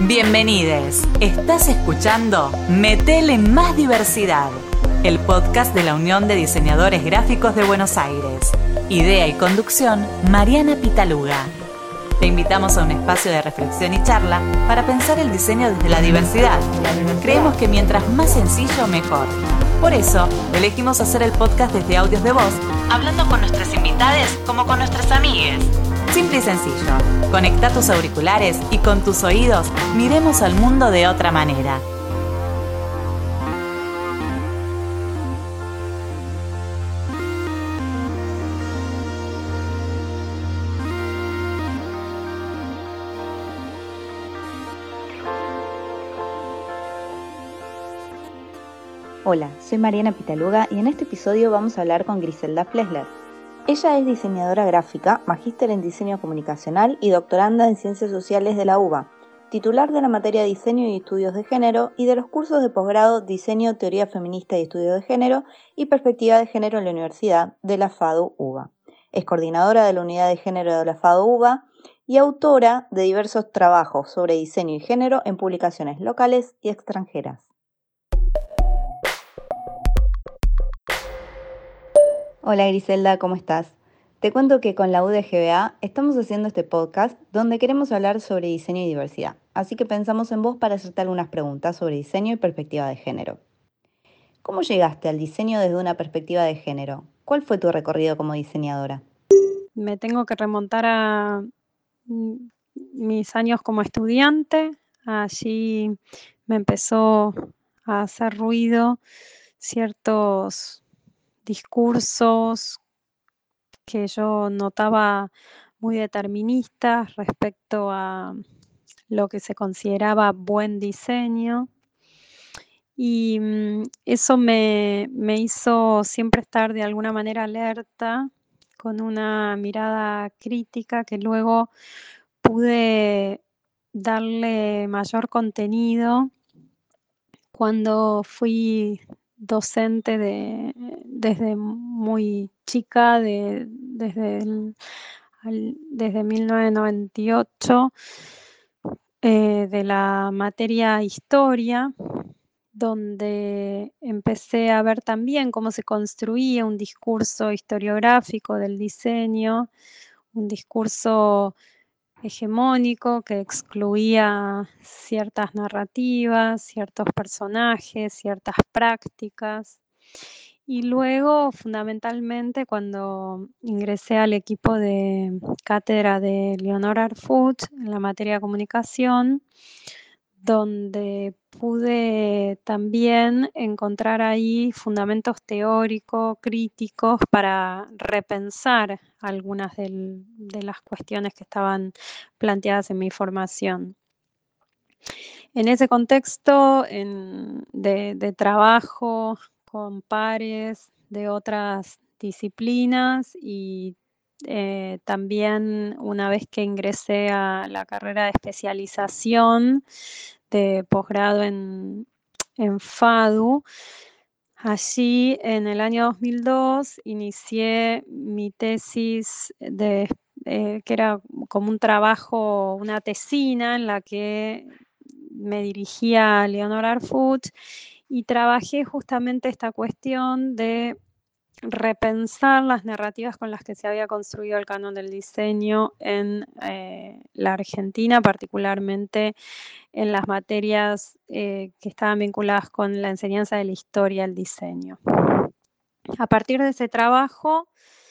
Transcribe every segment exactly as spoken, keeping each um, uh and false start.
Bienvenides. Estás escuchando Metele Más Diversidad, el podcast de la Unión de Diseñadores Gráficos de Buenos Aires. Idea y conducción, Mariana Pitaluga. Te invitamos a un espacio de reflexión y charla para pensar el diseño desde la diversidad. Creemos que mientras más sencillo, mejor. Por eso, elegimos hacer el podcast desde audios de voz, hablando con nuestras invitadas como con nuestras amigues. Simple y sencillo. Conecta tus auriculares y con tus oídos miremos al mundo de otra manera. Hola, soy Mariana Pitaluga y en este episodio vamos a hablar con Griselda Flesler. Ella es diseñadora gráfica, magíster en diseño comunicacional y doctoranda en ciencias sociales de la U B A, titular de la materia Diseño y Estudios de Género y de los cursos de posgrado Diseño, Teoría Feminista y Estudios de Género y Perspectiva de Género en la Universidad de la FADU U B A. Es coordinadora de la Unidad de Género de la FADU U B A y autora de diversos trabajos sobre diseño y género en publicaciones locales y extranjeras. Hola Griselda, ¿cómo estás? Te cuento que con la U D G B A estamos haciendo este podcast donde queremos hablar sobre diseño y diversidad, así que pensamos en vos para hacerte algunas preguntas sobre diseño y perspectiva de género. ¿Cómo llegaste al diseño desde una perspectiva de género? ¿Cuál fue tu recorrido como diseñadora? Me tengo que remontar a mis años como estudiante. Allí me empezó a hacer ruido ciertos discursos que yo notaba muy deterministas respecto a lo que se consideraba buen diseño. Y eso me, me hizo siempre estar de alguna manera alerta, con una mirada crítica que luego pude darle mayor contenido cuando fui docente de, desde muy chica, de, desde, el, al, desde mil novecientos noventa y ocho, eh, de la materia Historia, donde empecé a ver también cómo se construía un discurso historiográfico del diseño, un discurso hegemónico que excluía ciertas narrativas, ciertos personajes, ciertas prácticas. Y luego, fundamentalmente, cuando ingresé al equipo de cátedra de Leonor Arfuch en la materia de comunicación, donde pude también encontrar ahí fundamentos teóricos, críticos, para repensar algunas del, de las cuestiones que estaban planteadas en mi formación. En ese contexto en, de, de trabajo con pares de otras disciplinas y eh, también una vez que ingresé a la carrera de especialización de posgrado en, en FADU, allí en el año dos mil dos inicié mi tesis de, eh, que era como un trabajo, una tesina en la que me dirigía a Leonor Arfuch y trabajé justamente esta cuestión de repensar las narrativas con las que se había construido el canon del diseño en eh, la Argentina, particularmente en las materias eh, que estaban vinculadas con la enseñanza de la historia del diseño. A partir de ese trabajo,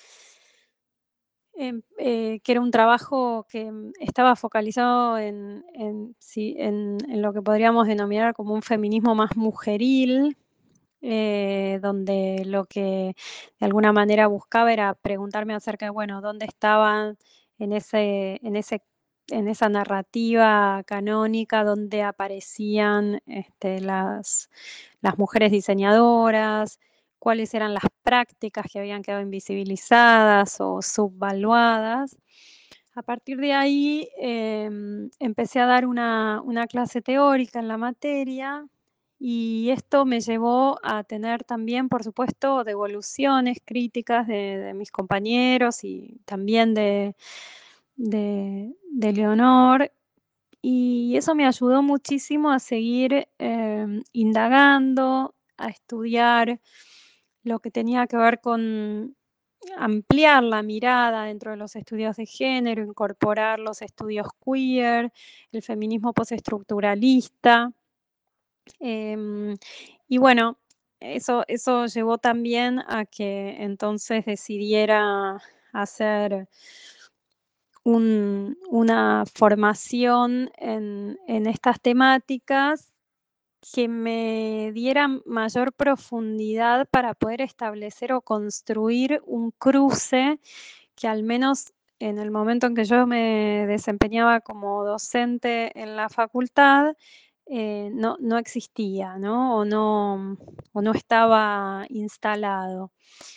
eh, eh, que era un trabajo que estaba focalizado en, en, sí, en, en lo que podríamos denominar como un feminismo más mujeril, Eh, donde lo que de alguna manera buscaba era preguntarme acerca de, bueno, dónde estaban en, ese, en, ese, en esa narrativa canónica, dónde aparecían este, las, las mujeres diseñadoras, cuáles eran las prácticas que habían quedado invisibilizadas o subvaluadas. A partir de ahí eh, empecé a dar una, una clase teórica en la materia. Y esto me llevó a tener también, por supuesto, devoluciones críticas de, de mis compañeros y también de, de, de Leonor. y eso me ayudó muchísimo a seguir eh, indagando, a estudiar lo que tenía que ver con ampliar la mirada dentro de los estudios de género, incorporar los estudios queer, el feminismo postestructuralista. Eh, y bueno, eso, eso llevó también a que entonces decidiera hacer un, una formación en, en estas temáticas que me diera mayor profundidad para poder establecer o construir un cruce que al menos en el momento en que yo me desempeñaba como docente en la facultad, eh, no, no existía, ¿no? O, no, o no estaba instalado.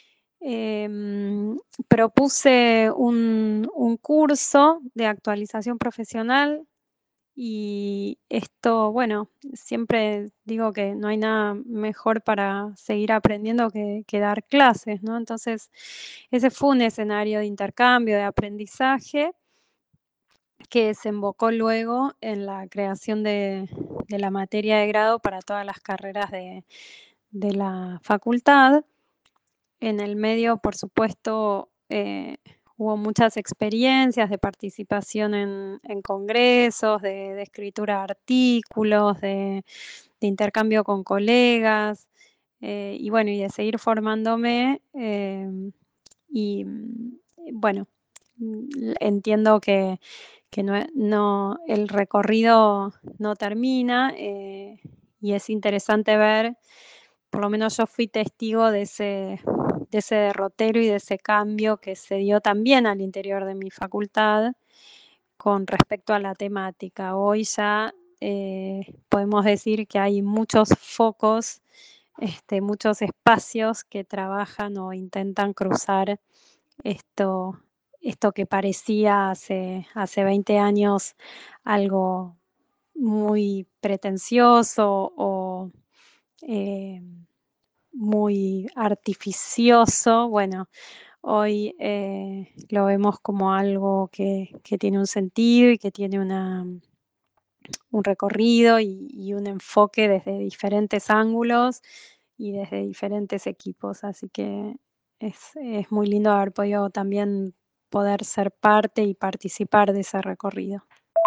Em, propuse un, un curso de actualización profesional y esto, bueno, siempre digo que no hay nada mejor para seguir aprendiendo que, que dar clases, ¿no? Entonces, ese fue un escenario de intercambio, de aprendizaje, que desembocó luego en la creación de, de la materia de grado para todas las carreras de, de la facultad. En el medio, por supuesto, eh, hubo muchas experiencias de participación en, en congresos, de, de escritura de artículos, de, de intercambio con colegas, eh, y bueno, y de seguir formándome. Eh, y mm, bueno, mm, entiendo que, que no, no, el recorrido no termina, eh, y es interesante ver, por lo menos yo fui testigo de ese, de ese derrotero y de ese cambio que se dio también al interior de mi facultad con respecto a la temática. Hoy ya eh, podemos decir que hay muchos focos, este, muchos espacios que trabajan o intentan cruzar esto, esto que parecía hace, hace veinte años algo muy pretencioso o eh, muy artificioso. Bueno, hoy eh, lo vemos como algo que, que tiene un sentido y que tiene una, un recorrido y, y un enfoque desde diferentes ángulos y desde diferentes equipos. Así que es, es muy lindo haber podido también poder ser parte y participar de ese recorrido.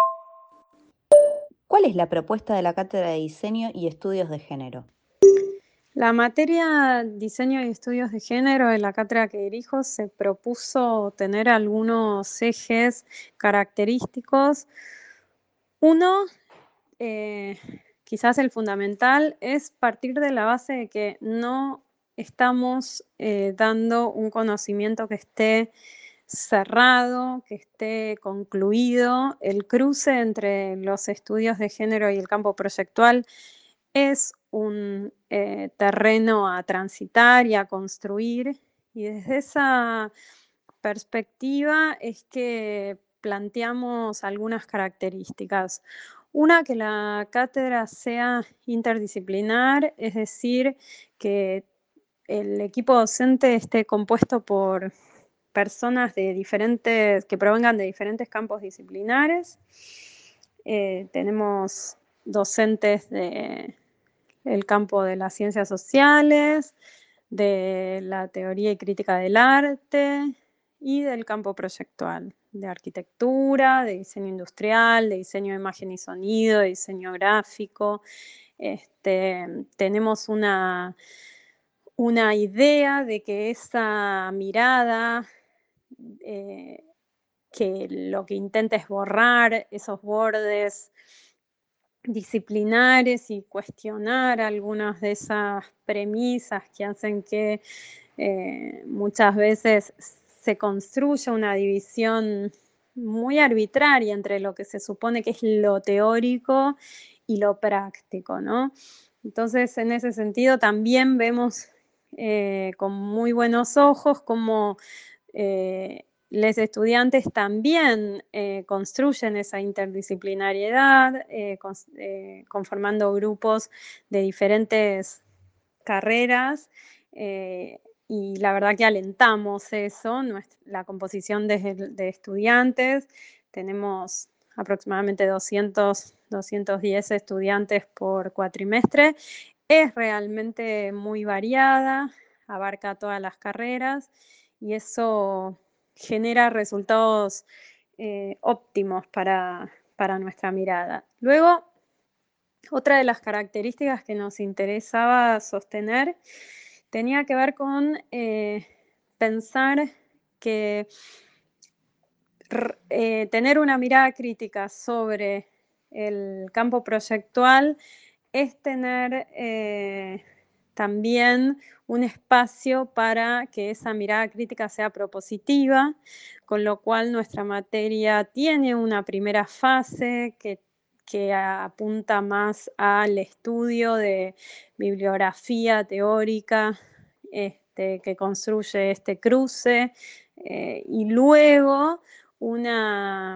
¿Cuál es la propuesta de la Cátedra de Diseño y Estudios de Género? La materia Diseño y Estudios de Género en la cátedra que dirijo se propuso tener algunos ejes característicos. Uno, eh, quizás el fundamental, es partir de la base de que no estamos eh, dando un conocimiento que esté cerrado, que esté concluido. El cruce entre los estudios de género y el campo proyectual es un eh, terreno a transitar y a construir, y desde esa perspectiva es que planteamos algunas características. Una, que la cátedra sea interdisciplinar, es decir, que el equipo docente esté compuesto por personas de diferentes, que provengan de diferentes campos disciplinares. Eh, tenemos docentes de el campo de las ciencias sociales, de la teoría y crítica del arte y del campo proyectual, de arquitectura, de diseño industrial, de diseño de imagen y sonido, de diseño gráfico. Este, tenemos una, una idea de que esa mirada, eh, que lo que intenta es borrar esos bordes disciplinares y cuestionar algunas de esas premisas que hacen que eh, muchas veces se construya una división muy arbitraria entre lo que se supone que es lo teórico y lo práctico, ¿no? Entonces, en ese sentido, también vemos eh, con muy buenos ojos cómo eh, los estudiantes también eh, construyen esa interdisciplinariedad, eh, con, eh, conformando grupos de diferentes carreras, eh, y la verdad que alentamos eso, nuestra, la composición de, de estudiantes. Tenemos aproximadamente doscientos, doscientos diez estudiantes por cuatrimestre. Es realmente muy variada, abarca todas las carreras y eso genera resultados eh, óptimos para, para nuestra mirada. Luego, otra de las características que nos interesaba sostener tenía que ver con eh, pensar que eh, tener una mirada crítica sobre el campo proyectual es tener eh, también un espacio para que esa mirada crítica sea propositiva, con lo cual nuestra materia tiene una primera fase que, que apunta más al estudio de bibliografía teórica este, que construye este cruce, eh, y luego una,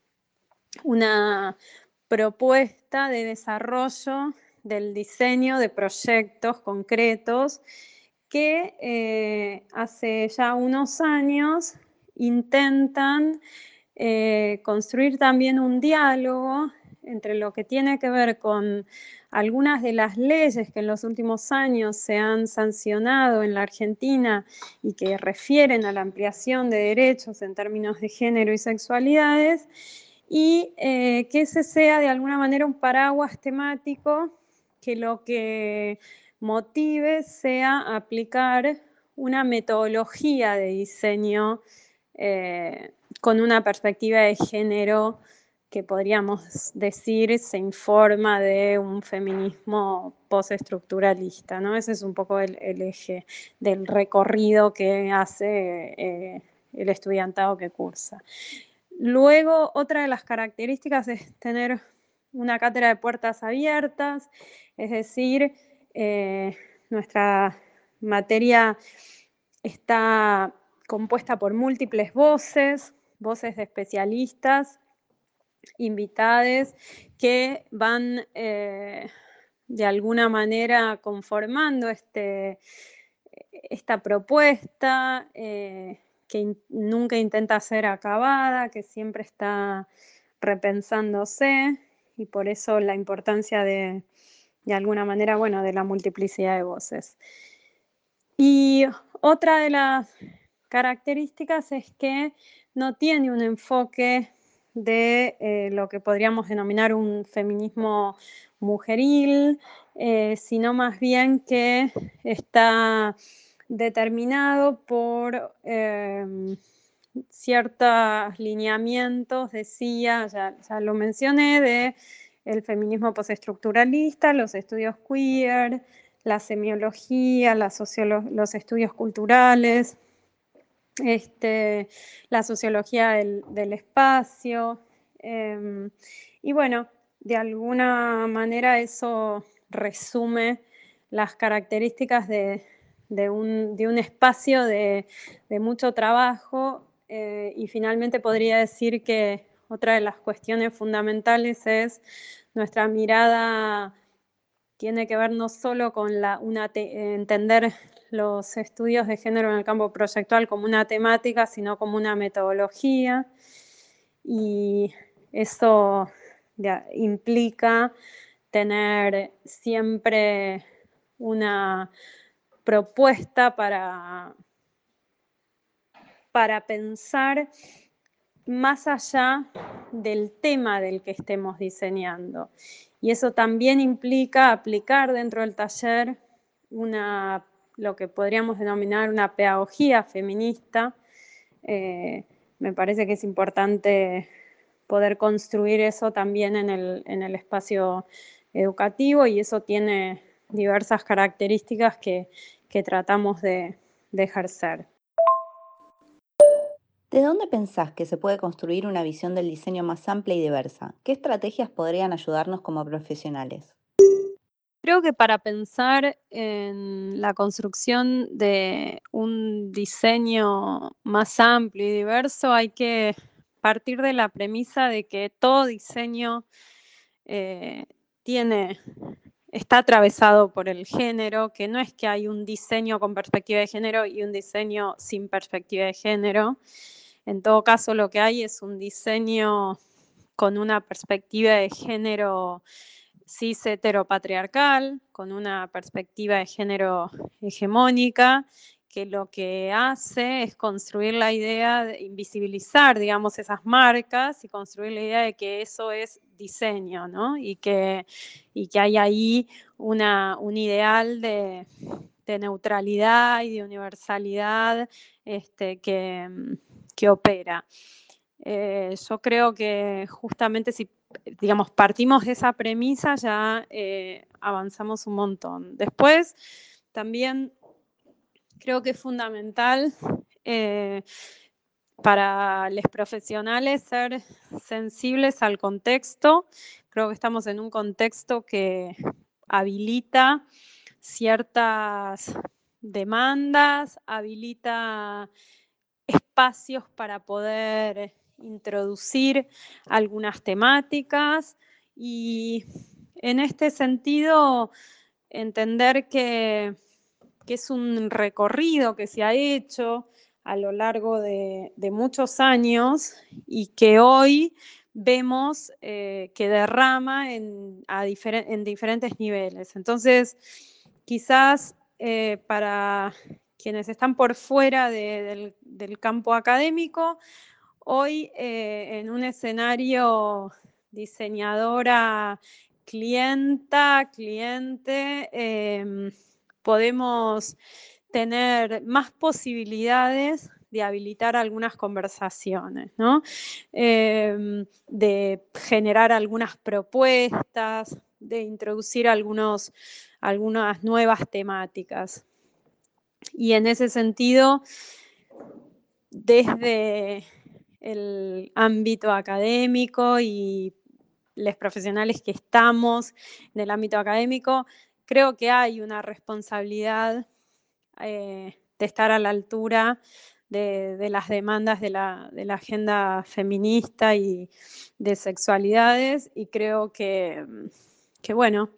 una propuesta de desarrollo del diseño de proyectos concretos que eh, hace ya unos años intentan eh, construir también un diálogo entre lo que tiene que ver con algunas de las leyes que en los últimos años se han sancionado en la Argentina y que refieren a la ampliación de derechos en términos de género y sexualidades, y eh, que ese sea de alguna manera un paraguas temático que lo que motive sea aplicar una metodología de diseño eh, con una perspectiva de género que podríamos decir se informa de un feminismo postestructuralista, ¿no? Ese es un poco el, el eje del recorrido que hace eh, el estudiantado que cursa. Luego, otra de las características es tener una cátedra de puertas abiertas, es decir, eh, nuestra materia está compuesta por múltiples voces, voces de especialistas, invitades, que van eh, de alguna manera conformando este, esta propuesta, eh, que in- nunca intenta ser acabada, que siempre está repensándose, y por eso la importancia de, de alguna manera, bueno, de la multiplicidad de voces. Y otra de las características es que no tiene un enfoque de eh, lo que podríamos denominar un feminismo mujeril, eh, sino más bien que está determinado por eh, ciertos lineamientos, decía, ya, ya lo mencioné, de el feminismo postestructuralista, los estudios queer, la semiología, la sociolo- los estudios culturales, este, la sociología del, del espacio. Eh, y bueno, de alguna manera eso resume las características de, de, un, de un, espacio de, de mucho trabajo, eh, y finalmente podría decir que otra de las cuestiones fundamentales es nuestra mirada. Tiene que ver no solo con la, una te, entender los estudios de género en el campo proyectual como una temática, sino como una metodología, y eso ya, implica tener siempre una propuesta para, para pensar más allá del tema del que estemos diseñando. Y eso también implica aplicar dentro del taller una, lo que podríamos denominar una pedagogía feminista. Eh, me parece que es importante poder construir eso también en el, en el espacio educativo, y eso tiene diversas características que, que tratamos de, de ejercer. ¿De dónde pensás que se puede construir una visión del diseño más amplia y diversa? ¿Qué estrategias podrían ayudarnos como profesionales? Creo que para pensar en la construcción de un diseño más amplio y diverso hay que partir de la premisa de que todo diseño eh, tiene, está atravesado por el género, que no es que hay un diseño con perspectiva de género y un diseño sin perspectiva de género. En todo caso, lo que hay es un diseño con una perspectiva de género cis heteropatriarcal, con una perspectiva de género hegemónica, que lo que hace es construir la idea de invisibilizar, digamos, esas marcas y construir la idea de que eso es diseño, ¿no? Y que, y que hay ahí una, un ideal de, de neutralidad y de universalidad este, que, que opera. Eh, yo creo que justamente si, digamos, partimos de esa premisa, ya eh, avanzamos un montón. Después, también creo que es fundamental eh, para los profesionales ser sensibles al contexto. Creo que estamos en un contexto que habilita ciertas demandas, habilita espacios para poder introducir algunas temáticas y en este sentido entender que, que es un recorrido que se ha hecho a lo largo de, de muchos años y que hoy vemos eh, que derrama en, a difer en diferentes niveles. Entonces, quizás eh, para quienes están por fuera de, del, del campo académico, hoy eh, en un escenario diseñadora, clienta, cliente, eh, podemos tener más posibilidades de habilitar algunas conversaciones, ¿no? Eh, de generar algunas propuestas, de introducir algunos, algunas nuevas temáticas. Y en ese sentido, desde el ámbito académico y los profesionales que estamos en el ámbito académico, creo que hay una responsabilidad eh, de estar a la altura de, de las demandas de la, de la agenda feminista y de sexualidades, y creo que, que bueno,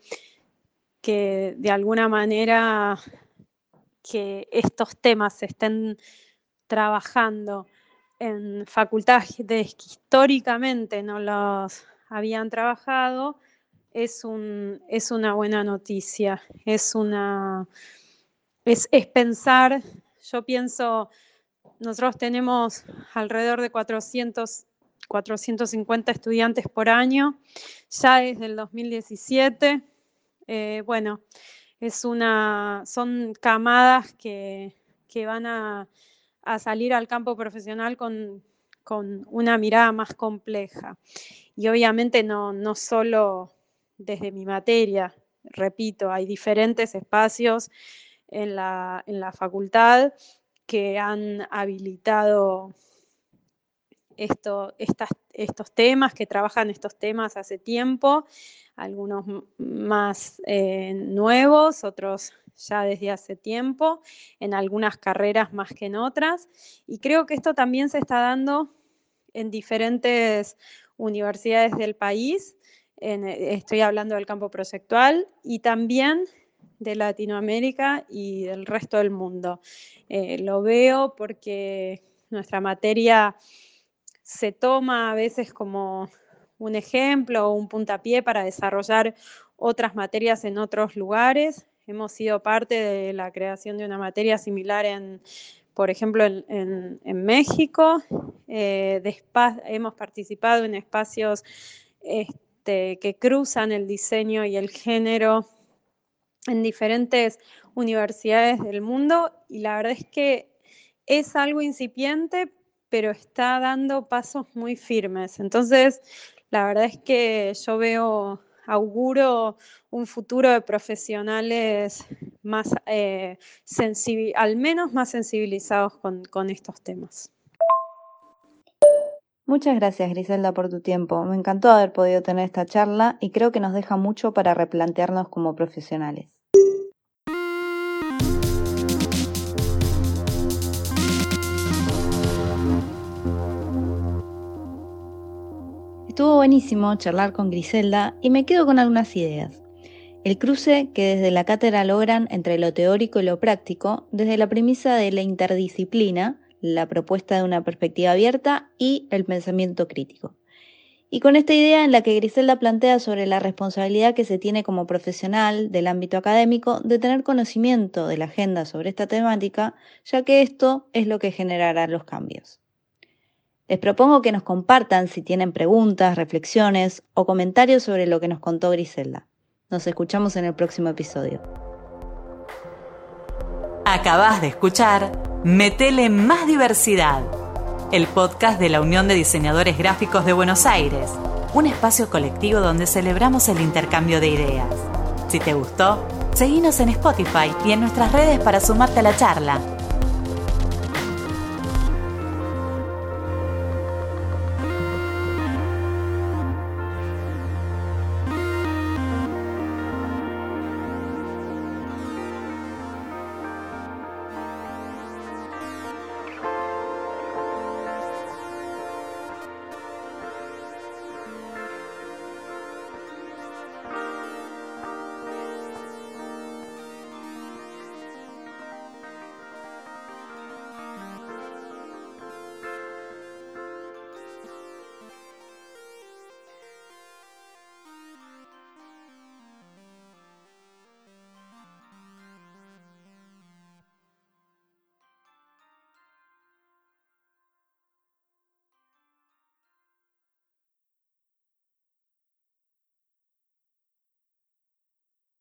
que de alguna manera que estos temas se estén trabajando en facultades que históricamente no los habían trabajado, es, un, es una buena noticia, es, una, es, es pensar, yo pienso, nosotros tenemos alrededor de cuatrocientos, cuatrocientos cincuenta estudiantes por año, ya desde el dos mil diecisiete, eh, bueno, es una, son camadas que, que van a, a salir al campo profesional con, con una mirada más compleja. Y obviamente no, no solo desde mi materia, repito, hay diferentes espacios en la, en la facultad que han habilitado esto, estas, estos temas, que trabajan estos temas hace tiempo, algunos más eh, nuevos, otros ya desde hace tiempo, en algunas carreras más que en otras, y creo que esto también se está dando en diferentes universidades del país, en, estoy hablando del campo proyectual, y también de Latinoamérica y del resto del mundo. Eh, lo veo porque nuestra materia se toma a veces como un ejemplo o un puntapié para desarrollar otras materias en otros lugares. Hemos sido parte de la creación de una materia similar en, por ejemplo, en, en, en México. Eh, de hemos participado en espacios este, que cruzan el diseño y el género en diferentes universidades del mundo, y la verdad es que es algo incipiente, pero está dando pasos muy firmes. Entonces, la verdad es que yo veo, auguro un futuro de profesionales más, eh, al menos más sensibilizados con, con estos temas. Muchas gracias, Griselda, por tu tiempo. Me encantó haber podido tener esta charla y creo que nos deja mucho para replantearnos como profesionales. Estuvo buenísimo charlar con Griselda y me quedo con algunas ideas. El cruce que desde la cátedra logran entre lo teórico y lo práctico, desde la premisa de la interdisciplina, la propuesta de una perspectiva abierta y el pensamiento crítico. Y con esta idea en la que Griselda plantea sobre la responsabilidad que se tiene como profesional del ámbito académico de tener conocimiento de la agenda sobre esta temática, ya que esto es lo que generará los cambios. Les propongo que nos compartan si tienen preguntas, reflexiones o comentarios sobre lo que nos contó Griselda. Nos escuchamos en el próximo episodio. Acabás de escuchar Metele Más Diversidad, el podcast de la Unión de Diseñadores Gráficos de Buenos Aires, un espacio colectivo donde celebramos el intercambio de ideas. Si te gustó, seguinos en Spotify y en nuestras redes para sumarte a la charla.